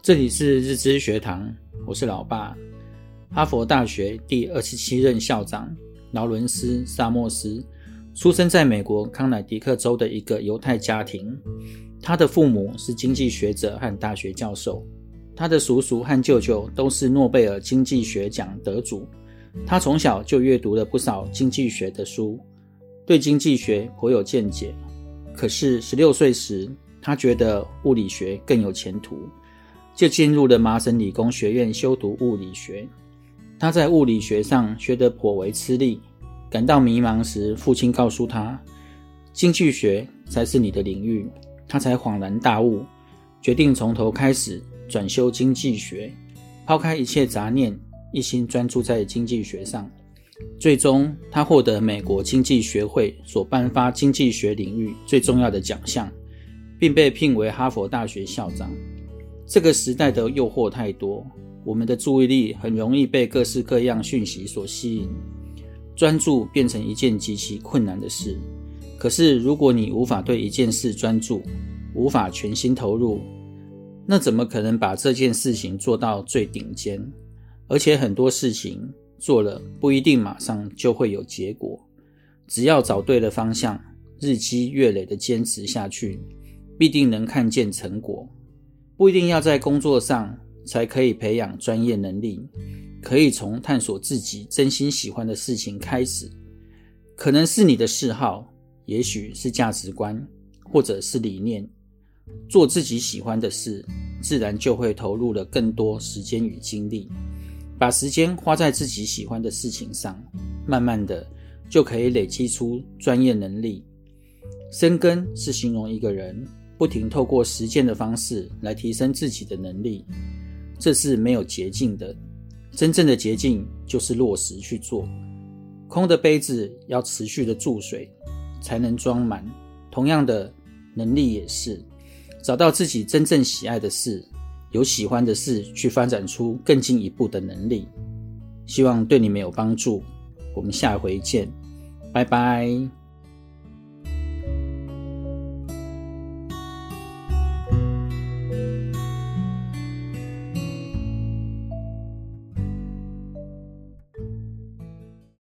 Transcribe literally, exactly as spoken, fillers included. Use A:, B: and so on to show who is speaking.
A: 这里是日知学堂，我是老爸。哈佛大学第二十七任校长劳伦斯·萨默斯出生在美国康乃狄克州的一个犹太家庭，他的父母是经济学者和大学教授，他的叔叔和舅舅都是诺贝尔经济学奖得主。他从小就阅读了不少经济学的书，对经济学颇有见解。可是十六岁时，他觉得物理学更有前途，就进入了麻省理工学院修读物理学。他在物理学上学得颇为吃力，感到迷茫时，父亲告诉他，经济学才是你的领域。他才恍然大悟，决定从头开始转修经济学，抛开一切杂念，一心专注在经济学上。最终他获得美国经济学会所颁发经济学领域最重要的奖项，并被聘为哈佛大学校长。这个时代的诱惑太多，我们的注意力很容易被各式各样讯息所吸引，专注变成一件极其困难的事。可是如果你无法对一件事专注，无法全心投入，那怎么可能把这件事情做到最顶尖？而且很多事情做了不一定马上就会有结果，只要找对了方向，日积月累的坚持下去，必定能看见成果。不一定要在工作上才可以培养专业能力，可以从探索自己真心喜欢的事情开始，可能是你的嗜好，也许是价值观，或者是理念。做自己喜欢的事，自然就会投入了更多时间与精力。把时间花在自己喜欢的事情上，慢慢的就可以累积出专业能力。深耕是形容一个人不停透过实践的方式来提升自己的能力，这是没有捷径的。真正的捷径就是落实去做。空的杯子要持续的注水才能装满，同样的，能力也是找到自己真正喜爱的事，有喜欢的事去发展出更进一步的能力。希望对你们有帮助，我们下回见，拜拜。